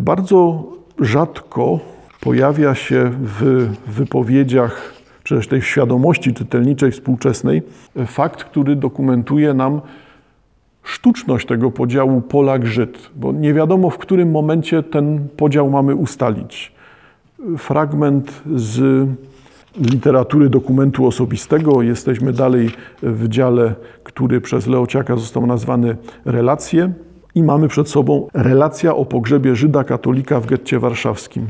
Bardzo rzadko pojawia się w wypowiedziach, czy też tej świadomości czytelniczej współczesnej, fakt, który dokumentuje nam sztuczność tego podziału Polak-Żyd, bo nie wiadomo, w którym momencie ten podział mamy ustalić. Fragment z literatury dokumentu osobistego. Jesteśmy dalej w dziale, który przez Leociaka został nazwany relacje i mamy przed sobą relacja o pogrzebie Żyda katolika w getcie warszawskim.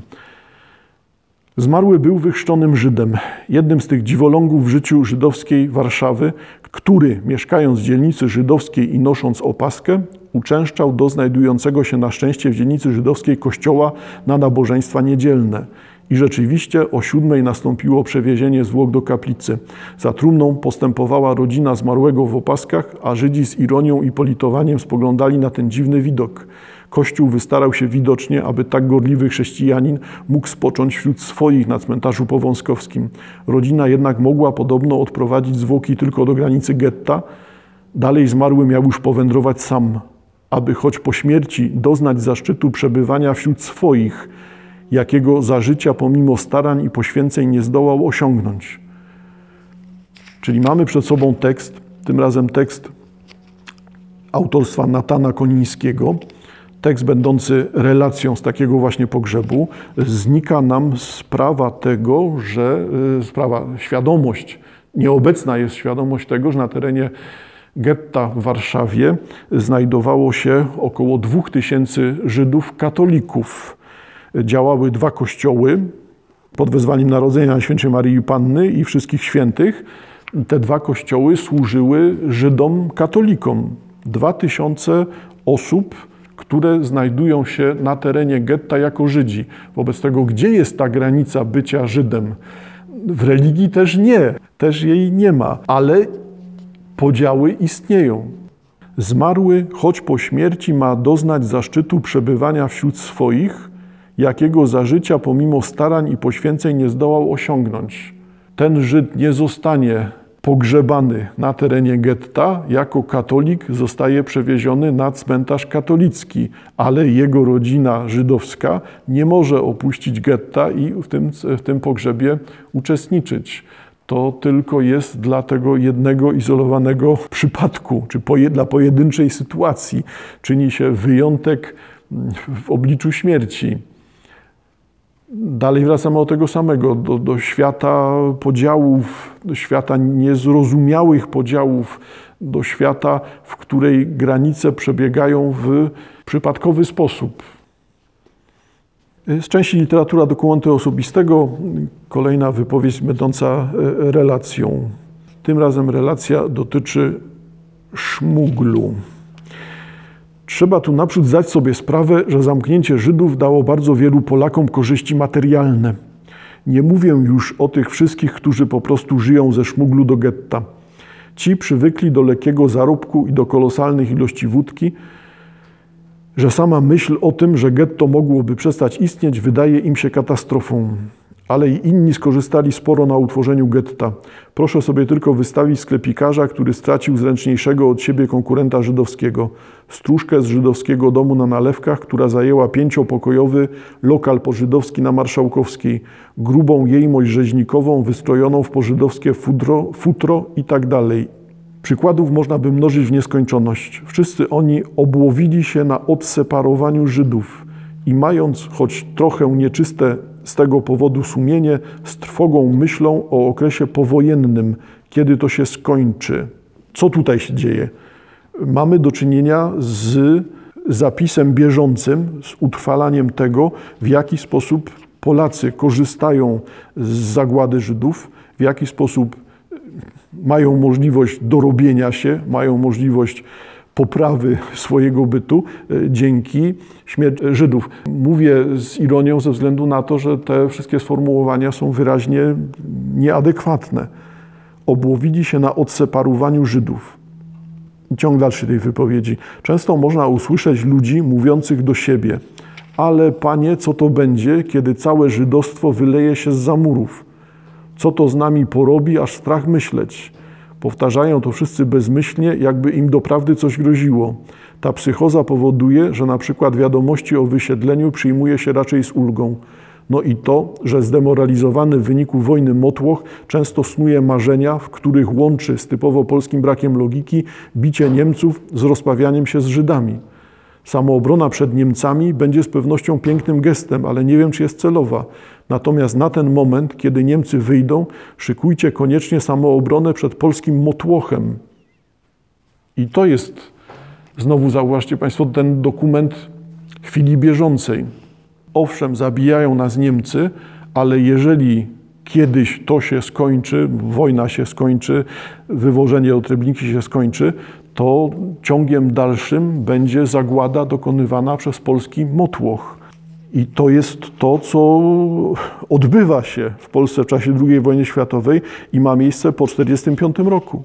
Zmarły był wychrzczonym Żydem, jednym z tych dziwolągów w życiu żydowskiej Warszawy, który, mieszkając w dzielnicy żydowskiej i nosząc opaskę, uczęszczał do znajdującego się na szczęście w dzielnicy żydowskiej kościoła na nabożeństwa niedzielne. I rzeczywiście o 7:00 nastąpiło przewiezienie zwłok do kaplicy. Za trumną postępowała rodzina zmarłego w opaskach, a Żydzi z ironią i politowaniem spoglądali na ten dziwny widok. Kościół wystarał się widocznie, aby tak gorliwy chrześcijanin mógł spocząć wśród swoich na cmentarzu powązkowskim. Rodzina jednak mogła podobno odprowadzić zwłoki tylko do granicy getta. Dalej zmarły miał już powędrować sam, aby choć po śmierci doznać zaszczytu przebywania wśród swoich, jakiego za życia pomimo starań i poświęceń nie zdołał osiągnąć. Czyli mamy przed sobą tekst, tym razem tekst autorstwa Natana Konińskiego, tekst będący relacją z takiego właśnie pogrzebu. Znika nam sprawa tego, że świadomość, nieobecna jest świadomość tego, że na terenie getta w Warszawie znajdowało się około 2000 Żydów katolików. Działały 2 kościoły pod wezwaniem Narodzenia Najświętszej Maryi Panny i Wszystkich Świętych. Te 2 kościoły służyły Żydom katolikom. 2000 osób, które znajdują się na terenie getta jako Żydzi. Wobec tego, gdzie jest ta granica bycia Żydem? W religii też nie, też jej nie ma, ale podziały istnieją. Zmarły, choć po śmierci ma doznać zaszczytu przebywania wśród swoich, jakiego za życia pomimo starań i poświęceń nie zdołał osiągnąć. Ten Żyd nie zostanie pogrzebany na terenie getta, jako katolik zostaje przewieziony na cmentarz katolicki, ale jego rodzina żydowska nie może opuścić getta i w tym pogrzebie uczestniczyć. To tylko jest dla tego jednego izolowanego przypadku, czy dla pojedynczej sytuacji. Czyni się wyjątek w obliczu śmierci. Dalej wracamy do tego samego, do świata podziałów, do świata niezrozumiałych podziałów, do świata, w której granice przebiegają w przypadkowy sposób. Z części literatura dokumentu osobistego, kolejna wypowiedź będąca relacją. Tym razem relacja dotyczy szmuglu. Trzeba tu naprzód zdać sobie sprawę, że zamknięcie Żydów dało bardzo wielu Polakom korzyści materialne. Nie mówię już o tych wszystkich, którzy po prostu żyją ze szmuglu do getta. Ci przywykli do lekkiego zarobku i do kolosalnych ilości wódki, że sama myśl o tym, że getto mogłoby przestać istnieć, wydaje im się katastrofą. Ale i inni skorzystali sporo na utworzeniu getta. Proszę sobie tylko wystawić sklepikarza, który stracił zręczniejszego od siebie konkurenta żydowskiego. Stróżkę z żydowskiego domu na Nalewkach, która zajęła 5-pokojowy lokal pożydowski na Marszałkowskiej. Grubą jejmość rzeźnikową wystrojoną w pożydowskie futro i tak dalej. Przykładów można by mnożyć w nieskończoność. Wszyscy oni obłowili się na odseparowaniu Żydów i mając choć trochę nieczyste z tego powodu sumienie, z trwogą myślą o okresie powojennym, kiedy to się skończy. Co tutaj się dzieje? Mamy do czynienia z zapisem bieżącym, z utrwalaniem tego, w jaki sposób Polacy korzystają z zagłady Żydów, w jaki sposób mają możliwość dorobienia się, mają możliwość poprawy swojego bytu dzięki śmierci Żydów. Mówię z ironią ze względu na to, że te wszystkie sformułowania są wyraźnie nieadekwatne. Obłowili się na odseparowaniu Żydów. Ciąg dalszy tej wypowiedzi. Często można usłyszeć ludzi mówiących do siebie: ale Panie, co to będzie, kiedy całe żydostwo wyleje się zza murów? Co to z nami porobi, aż strach myśleć? Powtarzają to wszyscy bezmyślnie, jakby im doprawdy coś groziło. Ta psychoza powoduje, że na przykład wiadomości o wysiedleniu przyjmuje się raczej z ulgą. No i to, że zdemoralizowany w wyniku wojny motłoch często snuje marzenia, w których łączy z typowo polskim brakiem logiki bicie Niemców z rozprawianiem się z Żydami. Samoobrona przed Niemcami będzie z pewnością pięknym gestem, ale nie wiem, czy jest celowa. Natomiast na ten moment, kiedy Niemcy wyjdą, szykujcie koniecznie samoobronę przed polskim motłochem. I to jest, znowu zauważcie Państwo, ten dokument chwili bieżącej. Owszem, zabijają nas Niemcy, ale jeżeli kiedyś to się skończy, wojna się skończy, wywożenie od Treblinki się skończy, to ciągiem dalszym będzie zagłada dokonywana przez polski motłoch. I to jest to, co odbywa się w Polsce w czasie II wojny światowej i ma miejsce po 1945 roku.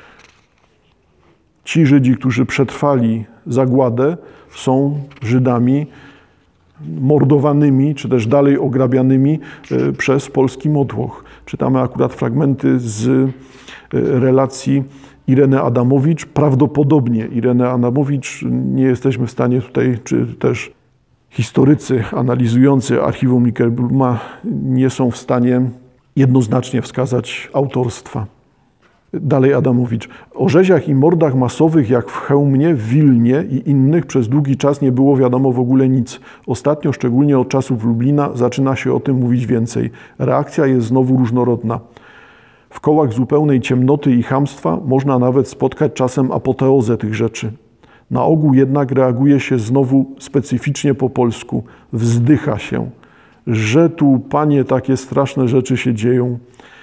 Ci Żydzi, którzy przetrwali zagładę, są Żydami mordowanymi, czy też dalej ograbianymi przez polski motłoch. Czytamy akurat fragmenty z relacji Ireny Adamowicz. Prawdopodobnie Irenę Adamowicz nie jesteśmy w stanie tutaj, czy też historycy analizujący archiwum Nickelbluma nie są w stanie jednoznacznie wskazać autorstwa. Dalej Adamowicz. O rzeziach i mordach masowych jak w Chełmie, w Wilnie i innych przez długi czas nie było wiadomo w ogóle nic. Ostatnio, szczególnie od czasów Lublina, zaczyna się o tym mówić więcej. Reakcja jest znowu różnorodna. W kołach zupełnej ciemnoty i chamstwa można nawet spotkać czasem apoteozę tych rzeczy. Na ogół jednak reaguje się znowu specyficznie po polsku. Wzdycha się, że tu, Panie, takie straszne rzeczy się dzieją,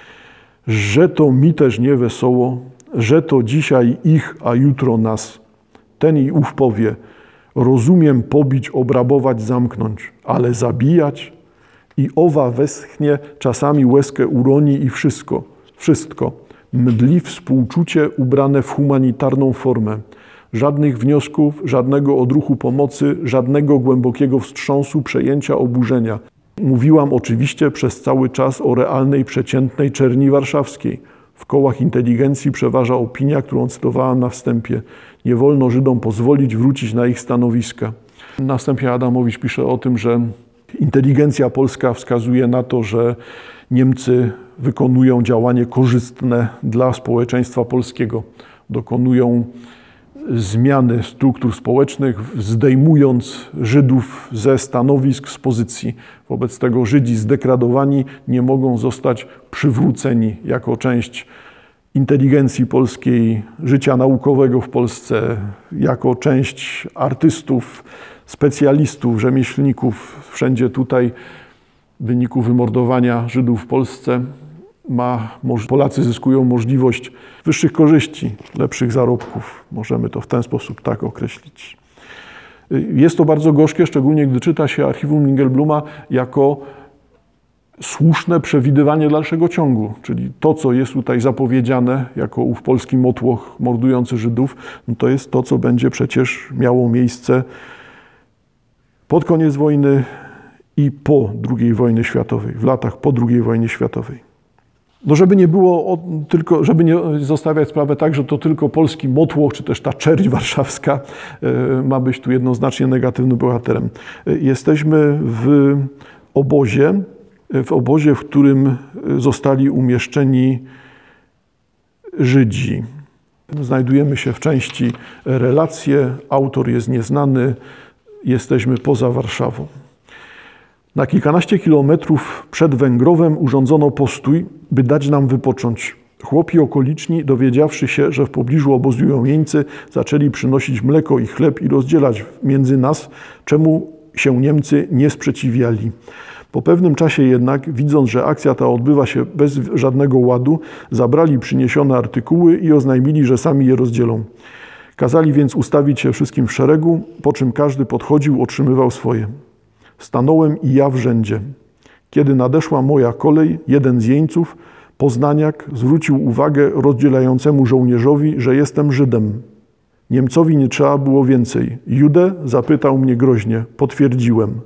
że to mi też nie wesoło, że to dzisiaj ich, a jutro nas. Ten i ów powie, rozumiem pobić, obrabować, zamknąć, ale zabijać? I owa westchnie, czasami łezkę uroni i wszystko. Mdli współczucie ubrane w humanitarną formę. Żadnych wniosków, żadnego odruchu pomocy, żadnego głębokiego wstrząsu, przejęcia, oburzenia. Mówiłam oczywiście przez cały czas o realnej, przeciętnej Czerni Warszawskiej. W kołach inteligencji przeważa opinia, którą cytowałam na wstępie. Nie wolno Żydom pozwolić wrócić na ich stanowiska. Następnie Adamowicz pisze o tym, że inteligencja polska wskazuje na to, że Niemcy wykonują działanie korzystne dla społeczeństwa polskiego. Dokonują zmiany struktur społecznych, zdejmując Żydów ze stanowisk, z pozycji. Wobec tego Żydzi zdegradowani nie mogą zostać przywróceni jako część inteligencji polskiej, życia naukowego w Polsce, jako część artystów, specjalistów, rzemieślników. Wszędzie tutaj w wyniku wymordowania Żydów w Polsce Polacy zyskują możliwość wyższych korzyści, lepszych zarobków. Możemy to w ten sposób tak określić. Jest to bardzo gorzkie, szczególnie gdy czyta się archiwum Nickelbluma jako słuszne przewidywanie dalszego ciągu. Czyli to, co jest tutaj zapowiedziane jako ów polski motłoch mordujący Żydów, no to jest to, co będzie przecież miało miejsce pod koniec wojny i po II wojnie światowej, w latach po II wojnie światowej. No żeby nie było żeby nie zostawiać sprawę tak, że to tylko polski motłoch, czy też ta Czerń warszawska ma być tu jednoznacznie negatywnym bohaterem. Jesteśmy w obozie, w którym zostali umieszczeni Żydzi. Znajdujemy się w części relacje, autor jest nieznany, jesteśmy poza Warszawą. Na kilkanaście kilometrów przed Węgrowem urządzono postój, by dać nam wypocząć. Chłopi okoliczni, dowiedziawszy się, że w pobliżu obozują jeńcy, zaczęli przynosić mleko i chleb i rozdzielać między nas, czemu się Niemcy nie sprzeciwiali. Po pewnym czasie jednak, widząc, że akcja ta odbywa się bez żadnego ładu, zabrali przyniesione artykuły i oznajmili, że sami je rozdzielą. Kazali więc ustawić się wszystkim w szeregu, po czym każdy podchodził, otrzymywał swoje. Stanąłem i ja w rzędzie. Kiedy nadeszła moja kolej, jeden z jeńców, poznaniak, zwrócił uwagę rozdzielającemu żołnierzowi, że jestem Żydem. Niemcowi nie trzeba było więcej. Judę? Zapytał mnie groźnie. Potwierdziłem.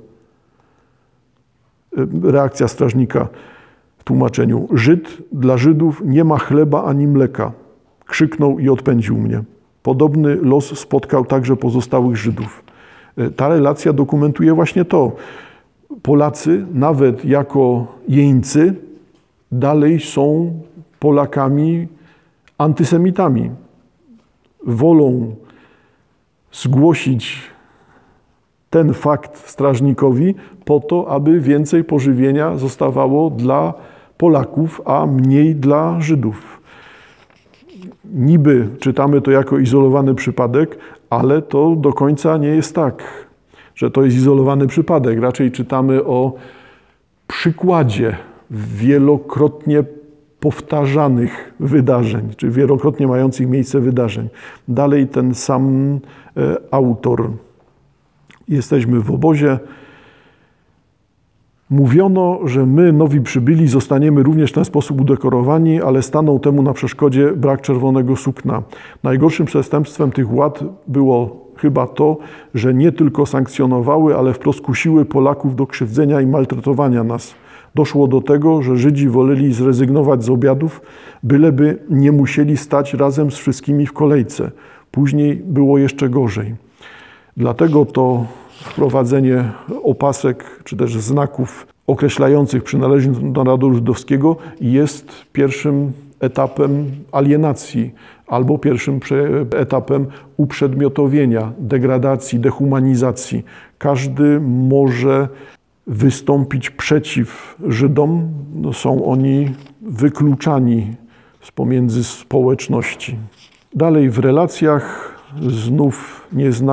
Reakcja strażnika w tłumaczeniu. Żyd dla Żydów nie ma chleba ani mleka. krzyknął i odpędził mnie. Podobny los spotkał także pozostałych Żydów. Ta relacja dokumentuje właśnie to. Polacy, nawet jako jeńcy, dalej są Polakami antysemitami. Wolą zgłosić ten fakt strażnikowi po to, aby więcej pożywienia zostawało dla Polaków, a mniej dla Żydów. Niby czytamy to jako izolowany przypadek, ale to do końca nie jest tak, że to jest izolowany przypadek. Raczej czytamy o przykładzie wielokrotnie powtarzanych wydarzeń, czy wielokrotnie mających miejsce wydarzeń. Dalej ten sam autor. Jesteśmy w obozie. Mówiono, że my, nowi przybyli, zostaniemy również w ten sposób udekorowani, ale stanął temu na przeszkodzie brak czerwonego sukna. Najgorszym przestępstwem tych władz było chyba to, że nie tylko sankcjonowały, ale wprost kusiły Polaków do krzywdzenia i maltretowania nas. Doszło do tego, że Żydzi woleli zrezygnować z obiadów, byleby nie musieli stać razem z wszystkimi w kolejce. Później było jeszcze gorzej. Dlatego to wprowadzenie opasek czy też znaków określających przynależność do narodu żydowskiego jest pierwszym etapem alienacji albo pierwszym etapem uprzedmiotowienia, degradacji, dehumanizacji. Każdy może wystąpić przeciw Żydom, są oni wykluczani z pomiędzy społeczności. Dalej w relacjach znów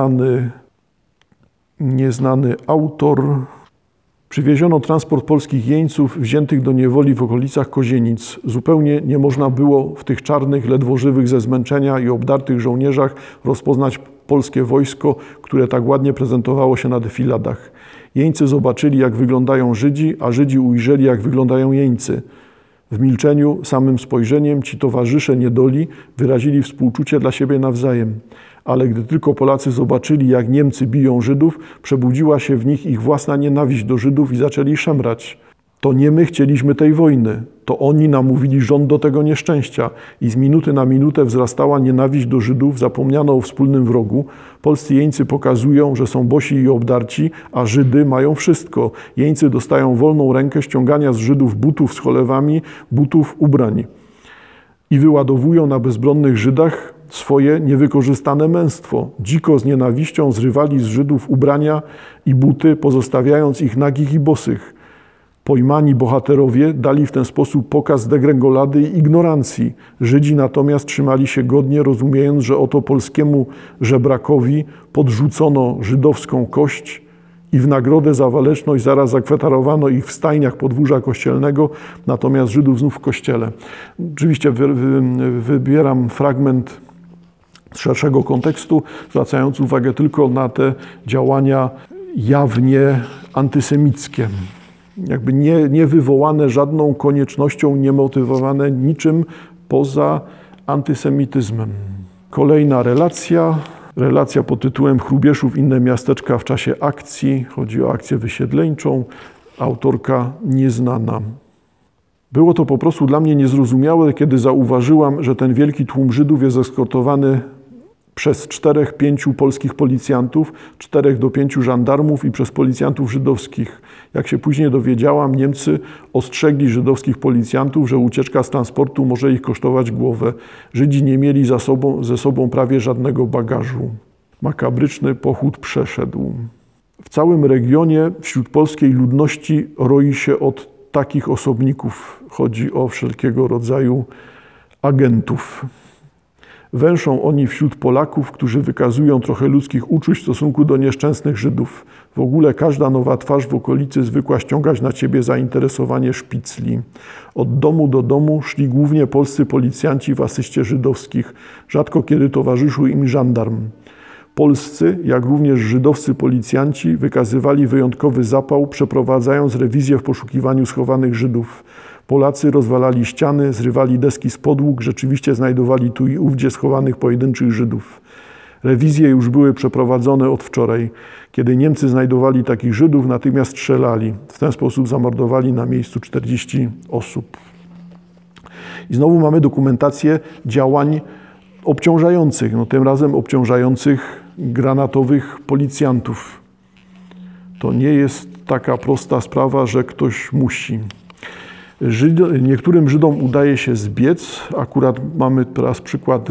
nieznany autor. Przywieziono transport polskich jeńców wziętych do niewoli w okolicach Kozienic. Zupełnie nie można było w tych czarnych, ledwo żywych ze zmęczenia i obdartych żołnierzach rozpoznać polskie wojsko, które tak ładnie prezentowało się na defiladach. Jeńcy zobaczyli, jak wyglądają Żydzi, a Żydzi ujrzeli, jak wyglądają jeńcy. W milczeniu, samym spojrzeniem ci towarzysze niedoli wyrazili współczucie dla siebie nawzajem. Ale gdy tylko Polacy zobaczyli, jak Niemcy biją Żydów, przebudziła się w nich ich własna nienawiść do Żydów i zaczęli szemrać. To nie my chcieliśmy tej wojny, to oni namówili rząd do tego nieszczęścia i z minuty na minutę wzrastała nienawiść do Żydów, zapomniano o wspólnym wrogu. Polscy jeńcy pokazują, że są bosi i obdarci, a Żydy mają wszystko. Jeńcy dostają wolną rękę ściągania z Żydów butów z cholewami, butów ubrań i wyładowują na bezbronnych Żydach swoje niewykorzystane męstwo. Dziko z nienawiścią zrywali z Żydów ubrania i buty, pozostawiając ich nagich i bosych. Pojmani bohaterowie dali w ten sposób pokaz degrengolady i ignorancji. Żydzi natomiast trzymali się godnie, rozumiejąc, że oto polskiemu żebrakowi podrzucono żydowską kość i w nagrodę za waleczność zaraz zakweterowano ich w stajniach podwórza kościelnego, natomiast Żydów znów w kościele. Oczywiście wybieram fragment z szerszego kontekstu, zwracając uwagę tylko na te działania jawnie antysemickie. Jakby nie wywołane żadną koniecznością, nie motywowane niczym poza antysemityzmem. Kolejna relacja pod tytułem Hrubieszów, inne miasteczka w czasie akcji. Chodzi o akcję wysiedleńczą. Autorka nieznana. Było to po prostu dla mnie niezrozumiałe, kiedy zauważyłam, że ten wielki tłum Żydów jest eskortowany przez 4-5 polskich policjantów, 4 do 5 żandarmów i przez policjantów żydowskich. Jak się później dowiedziałam, Niemcy ostrzegli żydowskich policjantów, że ucieczka z transportu może ich kosztować głowę. Żydzi nie mieli ze sobą prawie żadnego bagażu. Makabryczny pochód przeszedł. W całym regionie wśród polskiej ludności roi się od takich osobników. Chodzi o wszelkiego rodzaju agentów. Węszą oni wśród Polaków, którzy wykazują trochę ludzkich uczuć w stosunku do nieszczęsnych Żydów. W ogóle każda nowa twarz w okolicy zwykła ściągać na ciebie zainteresowanie szpicli. Od domu do domu szli głównie polscy policjanci w asyście żydowskich. Rzadko kiedy towarzyszył im żandarm. Polscy, jak również żydowscy policjanci wykazywali wyjątkowy zapał, przeprowadzając rewizję w poszukiwaniu schowanych Żydów. Polacy rozwalali ściany, zrywali deski z podłóg, rzeczywiście znajdowali tu i ówdzie schowanych pojedynczych Żydów. Rewizje już były przeprowadzone od wczoraj. Kiedy Niemcy znajdowali takich Żydów, natychmiast strzelali. W ten sposób zamordowali na miejscu 40 osób. I znowu mamy dokumentację działań obciążających, no tym razem obciążających granatowych policjantów. To nie jest taka prosta sprawa, że ktoś musi. Niektórym Żydom udaje się zbiec. Akurat mamy teraz przykład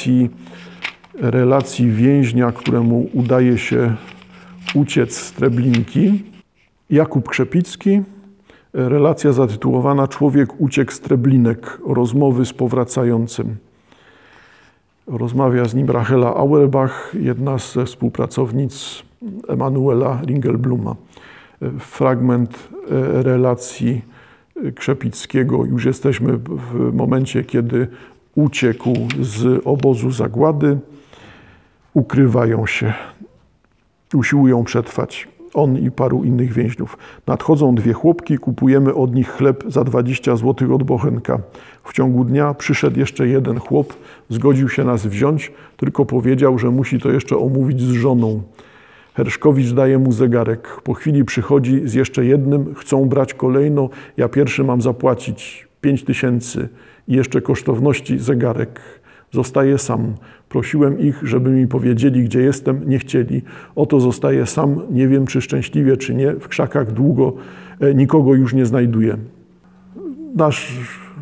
relacji więźnia, któremu udaje się uciec z Treblinki. Jakub Krzepicki, relacja zatytułowana Człowiek uciekł z Treblinek, rozmowy z powracającym. Rozmawia z nim Rachela Auerbach, jedna ze współpracownic Emanuela Ringelbluma. Fragment relacji Krzepickiego. Już jesteśmy w momencie, kiedy uciekł z obozu zagłady. Ukrywają się, usiłują przetrwać. On i paru innych więźniów. Nadchodzą 2 chłopki, kupujemy od nich chleb za 20 zł od bochenka. W ciągu dnia przyszedł jeszcze jeden chłop, zgodził się nas wziąć, tylko powiedział, że musi to jeszcze omówić z żoną. Herszkowicz daje mu zegarek. Po chwili przychodzi z jeszcze jednym, chcą brać kolejno, ja pierwszy mam zapłacić 5000 i jeszcze kosztowności zegarek. Zostaję sam. Prosiłem ich, żeby mi powiedzieli, gdzie jestem, nie chcieli. Oto zostaję sam, nie wiem, czy szczęśliwie, czy nie. W krzakach długo, nikogo już nie znajduję. Nasz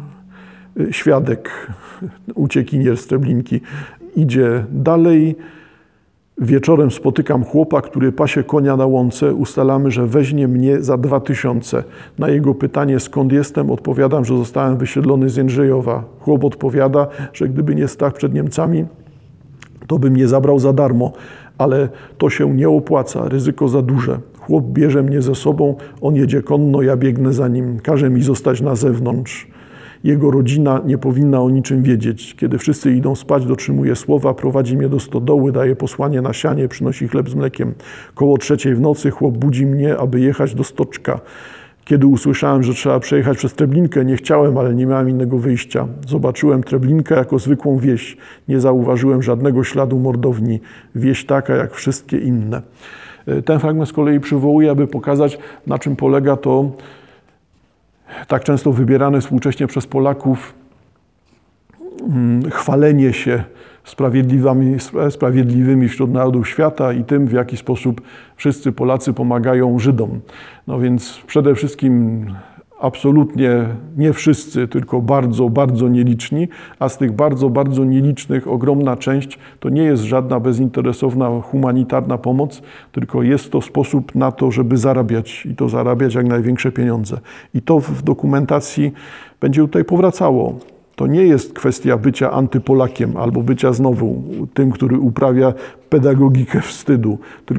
świadek, uciekinier z Treblinki, idzie dalej. Wieczorem spotykam chłopa, który pasie konia na łące. Ustalamy, że weźmie mnie za 2000. Na jego pytanie, skąd jestem, odpowiadam, że zostałem wysiedlony z Jędrzejowa. Chłop odpowiada, że gdyby nie strach przed Niemcami, to by mnie zabrał za darmo, ale to się nie opłaca, ryzyko za duże. Chłop bierze mnie ze sobą, on jedzie konno, ja biegnę za nim, każe mi zostać na zewnątrz. Jego rodzina nie powinna o niczym wiedzieć. Kiedy wszyscy idą spać, dotrzymuje słowa, prowadzi mnie do stodoły, daje posłanie na sianie, przynosi chleb z mlekiem. Koło 3 w nocy chłop budzi mnie, aby jechać do Stoczka. Kiedy usłyszałem, że trzeba przejechać przez Treblinkę, nie chciałem, ale nie miałem innego wyjścia. Zobaczyłem Treblinkę jako zwykłą wieś. Nie zauważyłem żadnego śladu mordowni. Wieś taka jak wszystkie inne. Ten fragment z kolei przywołuję, aby pokazać, na czym polega to tak często wybierane współcześnie przez Polaków chwalenie się sprawiedliwymi wśród narodów świata i tym, w jaki sposób wszyscy Polacy pomagają Żydom. No więc przede wszystkim absolutnie nie wszyscy, tylko bardzo, bardzo nieliczni, a z tych bardzo, bardzo nielicznych ogromna część to nie jest żadna bezinteresowna humanitarna pomoc, tylko jest to sposób na to, żeby zarabiać i to zarabiać jak największe pieniądze. I to w dokumentacji będzie tutaj powracało. To nie jest kwestia bycia antypolakiem albo bycia znowu tym, który uprawia pedagogikę wstydu,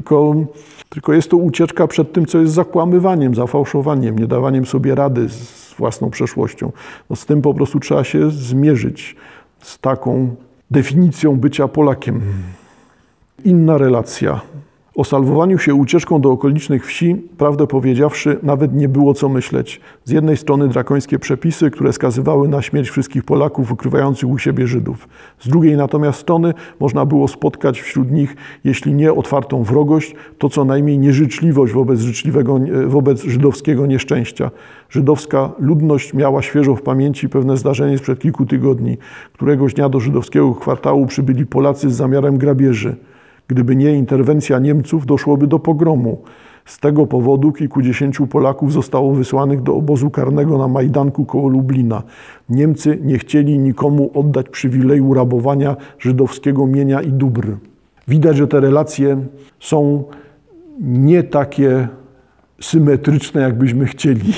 tylko jest to ucieczka przed tym, co jest zakłamywaniem, zafałszowaniem, nie dawaniem sobie rady z własną przeszłością. No z tym po prostu trzeba się zmierzyć, z taką definicją bycia Polakiem. Inna relacja. O salwowaniu się ucieczką do okolicznych wsi, prawdę powiedziawszy, nawet nie było co myśleć. Z jednej strony drakońskie przepisy, które skazywały na śmierć wszystkich Polaków ukrywających u siebie Żydów. Z drugiej natomiast strony można było spotkać wśród nich, jeśli nie otwartą wrogość, to co najmniej nieżyczliwość wobec żydowskiego nieszczęścia. Żydowska ludność miała świeżo w pamięci pewne zdarzenie sprzed kilku tygodni. Któregoś dnia do żydowskiego kwartału przybyli Polacy z zamiarem grabieży. Gdyby nie interwencja Niemców, doszłoby do pogromu. Z tego powodu kilkudziesięciu Polaków zostało wysłanych do obozu karnego na Majdanku koło Lublina. Niemcy nie chcieli nikomu oddać przywileju rabowania żydowskiego mienia i dóbr. Widać, że te relacje są nie takie symetryczne, jakbyśmy chcieli.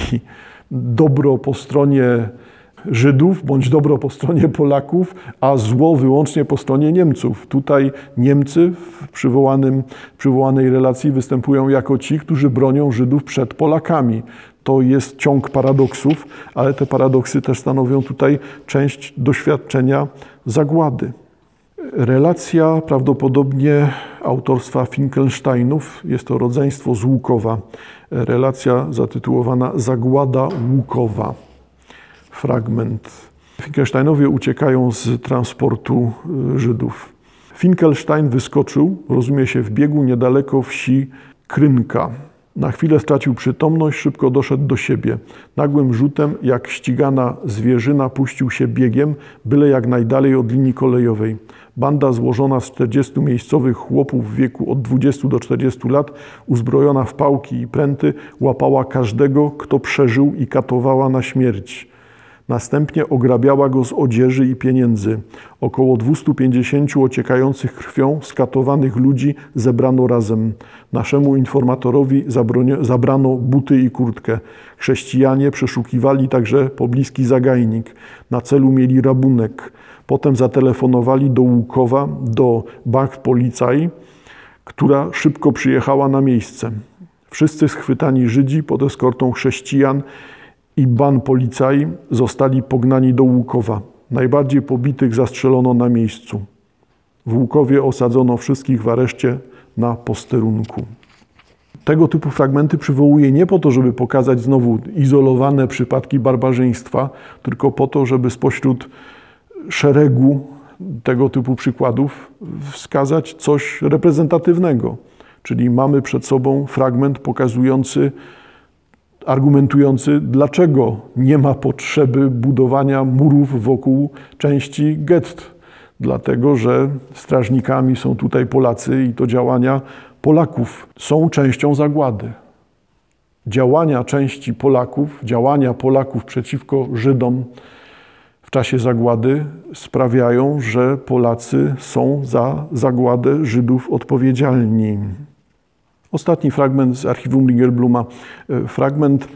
Dobro po stronie Żydów, bądź dobro po stronie Polaków, a zło wyłącznie po stronie Niemców. Tutaj Niemcy w przywołanej relacji występują jako ci, którzy bronią Żydów przed Polakami. To jest ciąg paradoksów, ale te paradoksy też stanowią tutaj część doświadczenia zagłady. Relacja prawdopodobnie autorstwa Finkelsteinów, jest to rodzeństwo z Łukowa. Relacja zatytułowana Zagłada Łukowa. Fragment. Finkelsteinowie uciekają z transportu Żydów. Finkelstein wyskoczył, rozumie się, w biegu niedaleko wsi Krynka. Na chwilę stracił przytomność, szybko doszedł do siebie. Nagłym rzutem, jak ścigana zwierzyna, puścił się biegiem, byle jak najdalej od linii kolejowej. Banda złożona z 40 miejscowych chłopów w wieku od 20 do 40 lat, uzbrojona w pałki i pręty, łapała każdego, kto przeżył i katowała na śmierć. Następnie ograbiała go z odzieży i pieniędzy. Około 250 ociekających krwią skatowanych ludzi zebrano razem. Naszemu informatorowi zabrano buty i kurtkę. Chrześcijanie przeszukiwali także pobliski zagajnik. Na celu mieli rabunek. Potem zatelefonowali do Łukowa, do Bank Polizei, która szybko przyjechała na miejsce. Wszyscy schwytani Żydzi pod eskortą chrześcijan i Ban Polizei zostali pognani do Łukowa. Najbardziej pobitych zastrzelono na miejscu. W Łukowie osadzono wszystkich w areszcie na posterunku. Tego typu fragmenty przywołuję nie po to, żeby pokazać znowu izolowane przypadki barbarzyństwa, tylko po to, żeby spośród szeregu tego typu przykładów wskazać coś reprezentatywnego. Czyli mamy przed sobą fragment pokazujący, argumentujący, dlaczego nie ma potrzeby budowania murów wokół części gett. Dlatego, że strażnikami są tutaj Polacy i to działania Polaków są częścią zagłady. Działania części Polaków, działania Polaków przeciwko Żydom w czasie zagłady sprawiają, że Polacy są za zagładę Żydów odpowiedzialni. Ostatni fragment z archiwum Ringelbluma, fragment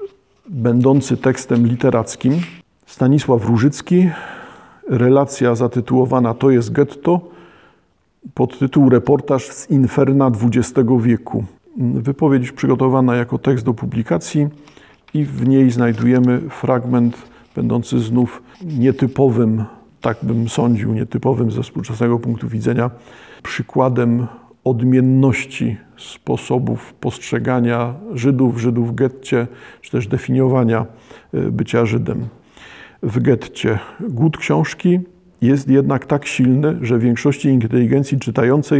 będący tekstem literackim. Stanisław Różycki, relacja zatytułowana To jest getto, podtytuł Reportaż z Inferna XX wieku. Wypowiedź przygotowana jako tekst do publikacji i w niej znajdujemy fragment będący znów nietypowym, tak bym sądził, nietypowym ze współczesnego punktu widzenia, przykładem odmienności sposobów postrzegania Żydów w getcie, czy też definiowania bycia Żydem w getcie. Głód książki jest jednak tak silny, że większość inteligencji czytającej,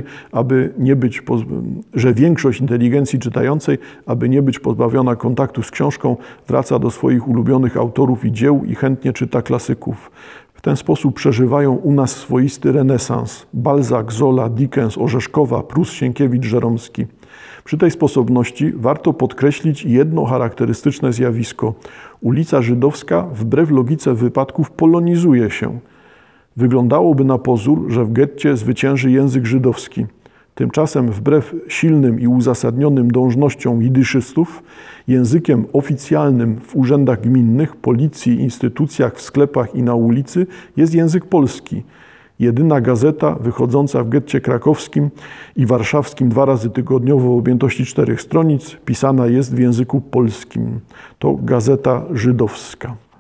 aby nie być pozbawiona kontaktu z książką, wraca do swoich ulubionych autorów i dzieł i chętnie czyta klasyków. W ten sposób przeżywają u nas swoisty renesans. Balzac, Zola, Dickens, Orzeszkowa, Prus, Sienkiewicz, Żeromski. Przy tej sposobności warto podkreślić jedno charakterystyczne zjawisko. Ulica Żydowska wbrew logice wypadków polonizuje się. Wyglądałoby na pozór, że w getcie zwycięży język żydowski. Tymczasem wbrew silnym i uzasadnionym dążnościom jidyszystów, językiem oficjalnym w urzędach gminnych, policji, instytucjach, w sklepach i na ulicy jest język polski. Jedyna gazeta wychodząca w getcie krakowskim i warszawskim 2 razy tygodniowo o objętości 4 stronic pisana jest w języku polskim. To Gazeta Żydowska.